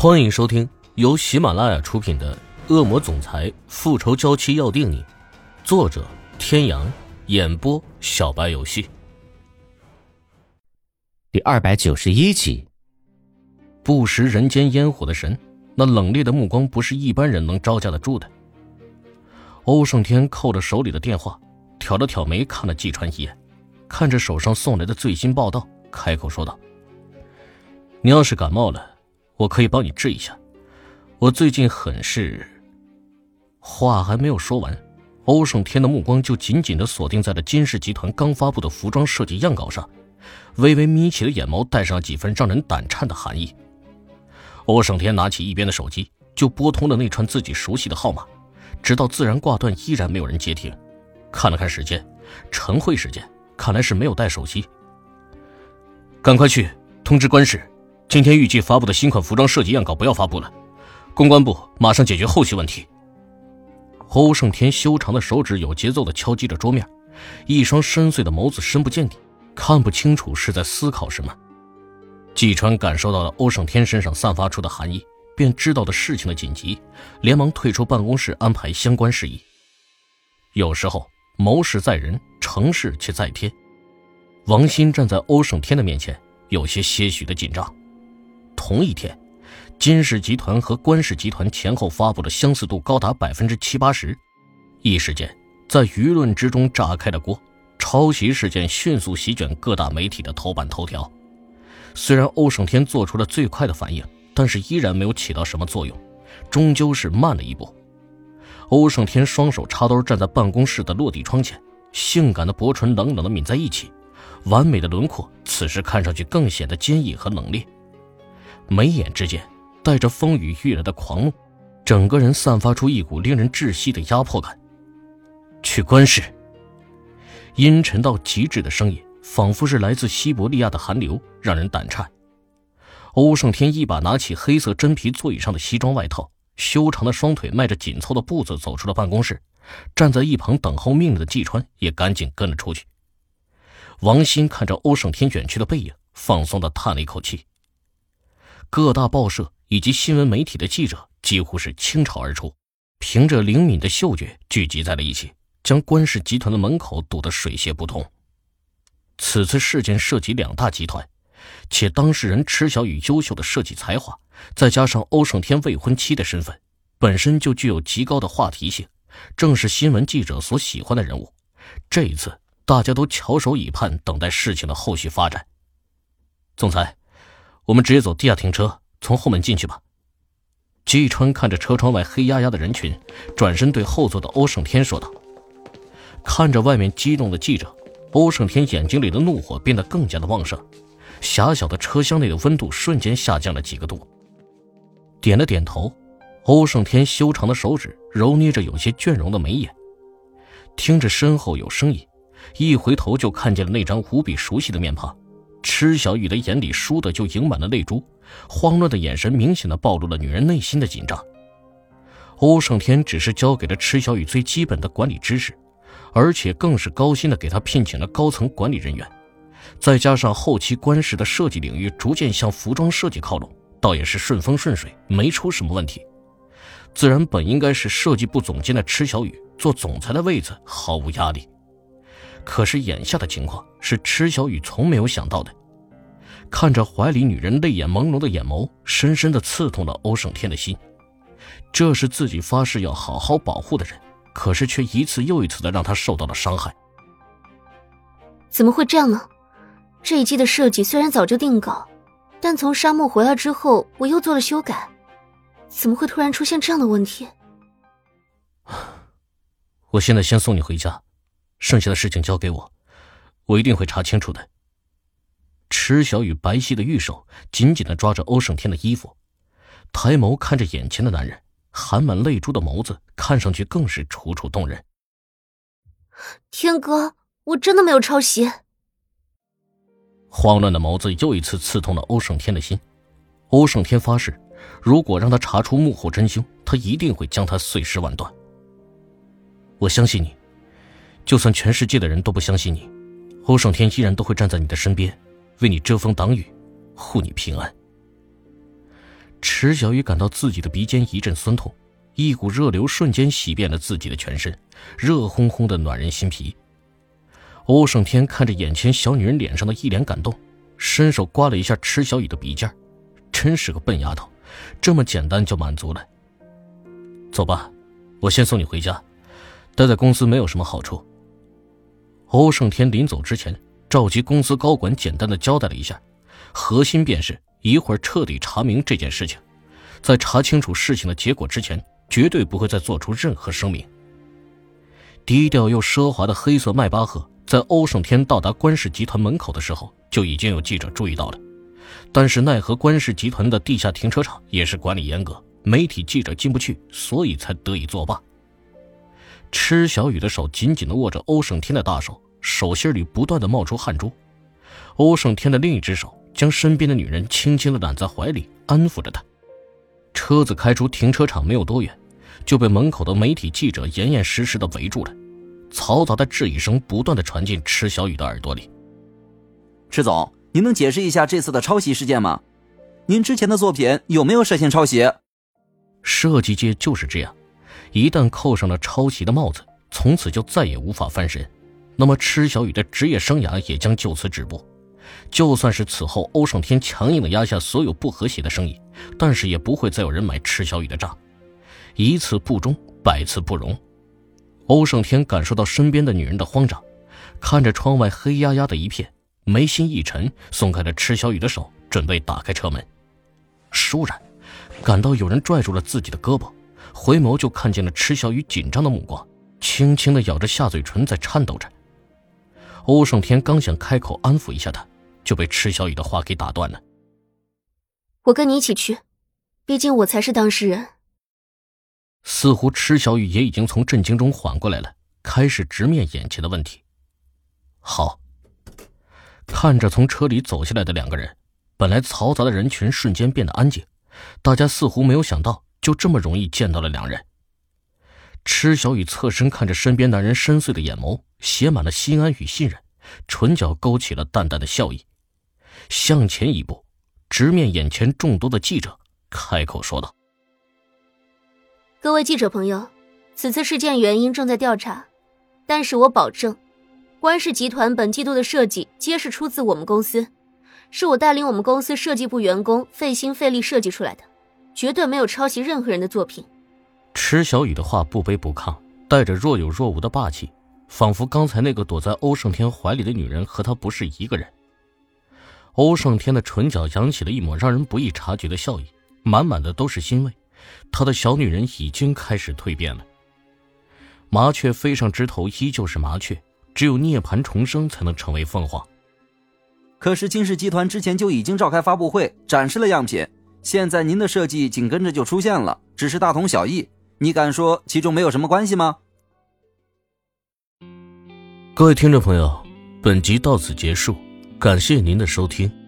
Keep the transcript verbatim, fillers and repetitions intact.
欢迎收听由喜马拉雅出品的《恶魔总裁复仇娇妻要定你》，作者天阳，演播小白游戏。 第二百九十一集。 不食人间烟火的神，那冷冽的目光不是一般人能招架得住的。欧胜天扣着手里的电话，挑了挑眉看了季川一眼，看着手上送来的最新报道，开口说道：你要是感冒了，我可以帮你治一下，我最近很是……话还没有说完，欧胜天的目光就紧紧地锁定在了金氏集团刚发布的服装设计样稿上，微微眯起的眼眸带上了几分让人胆颤的寒意。欧胜天拿起一边的手机，就拨通了那串自己熟悉的号码，直到自然挂断，依然没有人接听。看了看时间，晨会时间，看来是没有带手机。赶快去通知官室，今天预计发布的新款服装设计样稿不要发布了，公关部马上解决后续问题。欧胜天修长的手指有节奏地敲击着桌面，一双深邃的眸子深不见底，看不清楚是在思考什么。季川感受到了欧胜天身上散发出的寒意，便知道了事情的紧急，连忙退出办公室安排相关事宜。有时候谋事在人，成事却在天。王鑫站在欧胜天的面前，有些些许的紧张。同一天，金氏集团和官氏集团前后发布的相似度高达百分之七八十，一时间在舆论之中炸开了锅，抄袭事件迅速席卷各大媒体的头版头条。虽然欧胜天做出了最快的反应，但是依然没有起到什么作用，终究是慢了一步。欧胜天双手插兜站在办公室的落地窗前，性感的薄唇冷冷地抿在一起，完美的轮廓此时看上去更显得坚毅和冷冽。眉眼之间带着风雨欲来的狂怒，整个人散发出一股令人窒息的压迫感。去官室。阴沉到极致的声音仿佛是来自西伯利亚的寒流，让人胆颤。欧胜天一把拿起黑色真皮座椅上的西装外套，修长的双腿迈着紧凑的步子走出了办公室，站在一旁等候命令的季川也赶紧跟了出去。王鑫看着欧胜天远去的背影，放松地叹了一口气。各大报社以及新闻媒体的记者几乎是倾巢而出，凭着灵敏的嗅觉聚集在了一起，将官氏集团的门口堵得水泄不通。此次事件涉及两大集团，且当事人池小雨优秀的设计才华，再加上欧胜天未婚妻的身份，本身就具有极高的话题性，正是新闻记者所喜欢的人物。这一次大家都翘首以盼，等待事情的后续发展。总裁，我们直接走地下停车，从后门进去吧。季川看着车窗外黑压压的人群，转身对后座的欧胜天说道。看着外面激动的记者，欧胜天眼睛里的怒火变得更加的旺盛，狭小的车厢内的温度瞬间下降了几个度。点了点头，欧胜天修长的手指揉捏着有些倦容的眉眼，听着身后有声音，一回头就看见了那张无比熟悉的面庞。池小雨的眼里倏地就盈满了泪珠，慌乱的眼神明显地暴露了女人内心的紧张。欧胜天只是教给了池小雨最基本的管理知识，而且更是高薪地给她聘请了高层管理人员，再加上后期官氏的设计领域逐渐向服装设计靠拢，倒也是顺风顺水，没出什么问题。自然本应该是设计部总监的池小雨做总裁的位子毫无压力，可是眼下的情况是池小雨从没有想到的。看着怀里女人泪眼朦胧的眼眸，深深地刺痛了欧胜天的心。这是自己发誓要好好保护的人，可是却一次又一次地让他受到了伤害。 怎么会这样呢？这一季的设计虽然早就定稿，但从沙漠回来之后我又做了修改，怎么会突然出现这样的问题？ 我现在先送你回家，剩下的事情交给我，我一定会查清楚的。池小雨白皙的玉手紧紧地抓着欧胜天的衣服，抬眸看着眼前的男人，含满泪珠的眸子看上去更是楚楚动人。 天哥，我真的没有抄袭。 慌乱的眸子又一次刺痛了欧胜天的心。欧胜天发誓，如果让他查出幕后真凶，他一定会将他碎尸万段。我相信你，就算全世界的人都不相信你，欧胜天依然都会站在你的身边，为你遮风挡雨，护你平安。 池小雨感到自己的鼻尖一阵酸痛，一股热流瞬间洗遍了自己的全身，热烘烘的暖人心脾。欧胜天看着眼前小女人脸上的一脸感动，伸手刮了一下池小雨的鼻尖，真是个笨丫头，这么简单就满足了。走吧，我先送你回家，待在公司没有什么好处。欧胜天临走之前召集公司高管简单的交代了一下，核心便是一会儿彻底查明这件事情，在查清楚事情的结果之前，绝对不会再做出任何声明。低调又奢华的黑色迈巴赫在欧胜天到达关氏集团门口的时候，就已经有记者注意到了。但是奈何关氏集团的地下停车场也是管理严格，媒体记者进不去，所以才得以作罢。池小雨的手紧紧地握着欧胜天的大手，手心里不断地冒出汗珠。欧胜天的另一只手将身边的女人轻轻地揽在怀里，安抚着她。车子开出停车场没有多远，就被门口的媒体记者严严实实地围住了。嘈杂的质疑声不断地传进池小雨的耳朵里。 池总，您能解释一下这次的抄袭事件吗？您之前的作品有没有涉嫌抄袭？ 设计界就是这样，一旦扣上了抄袭的帽子，从此就再也无法翻身，那么池小雨的职业生涯也将就此止步。就算是此后欧胜天强硬地压下所有不和谐的生意，但是也不会再有人买池小雨的账。一次不忠，百次不容。欧胜天感受到身边的女人的慌张，看着窗外黑压压的一片，眉心一沉，松开了池小雨的手，准备打开车门。倏然感到有人拽住了自己的胳膊，回眸就看见了池小雨紧张的目光，轻轻地咬着下嘴唇在颤抖着。欧胜天刚想开口安抚一下她，就被池小雨的话给打断了。 我跟你一起去，毕竟我才是当事人。 似乎池小雨也已经从震惊中缓过来了，开始直面眼前的问题。好。看着从车里走下来的两个人，本来嘈杂的人群瞬间变得安静，大家似乎没有想到就这么容易见到了两人。池小雨侧身看着身边男人深邃的眼眸，写满了心安与信任，唇角勾起了淡淡的笑意，向前一步，直面眼前众多的记者，开口说道： 各位记者朋友，此次事件原因正在调查，但是我保证关氏集团本季度的设计皆是出自我们公司，是我带领我们公司设计部员工费心费力设计出来的，绝对没有抄袭任何人的作品。 池小雨的话不卑不亢，带着若有若无的霸气，仿佛刚才那个躲在欧胜天怀里的女人和他不是一个人。欧胜天的唇角扬起了一抹让人不易察觉的笑意，满满的都是欣慰，他的小女人已经开始蜕变了。麻雀飞上枝头依旧是麻雀，只有涅槃重生才能成为凤凰。 可是金氏集团之前就已经召开发布会，展示了样品，现在您的设计紧跟着就出现了，只是大同小异，你敢说其中没有什么关系吗？ 各位听众朋友，本集到此结束，感谢您的收听。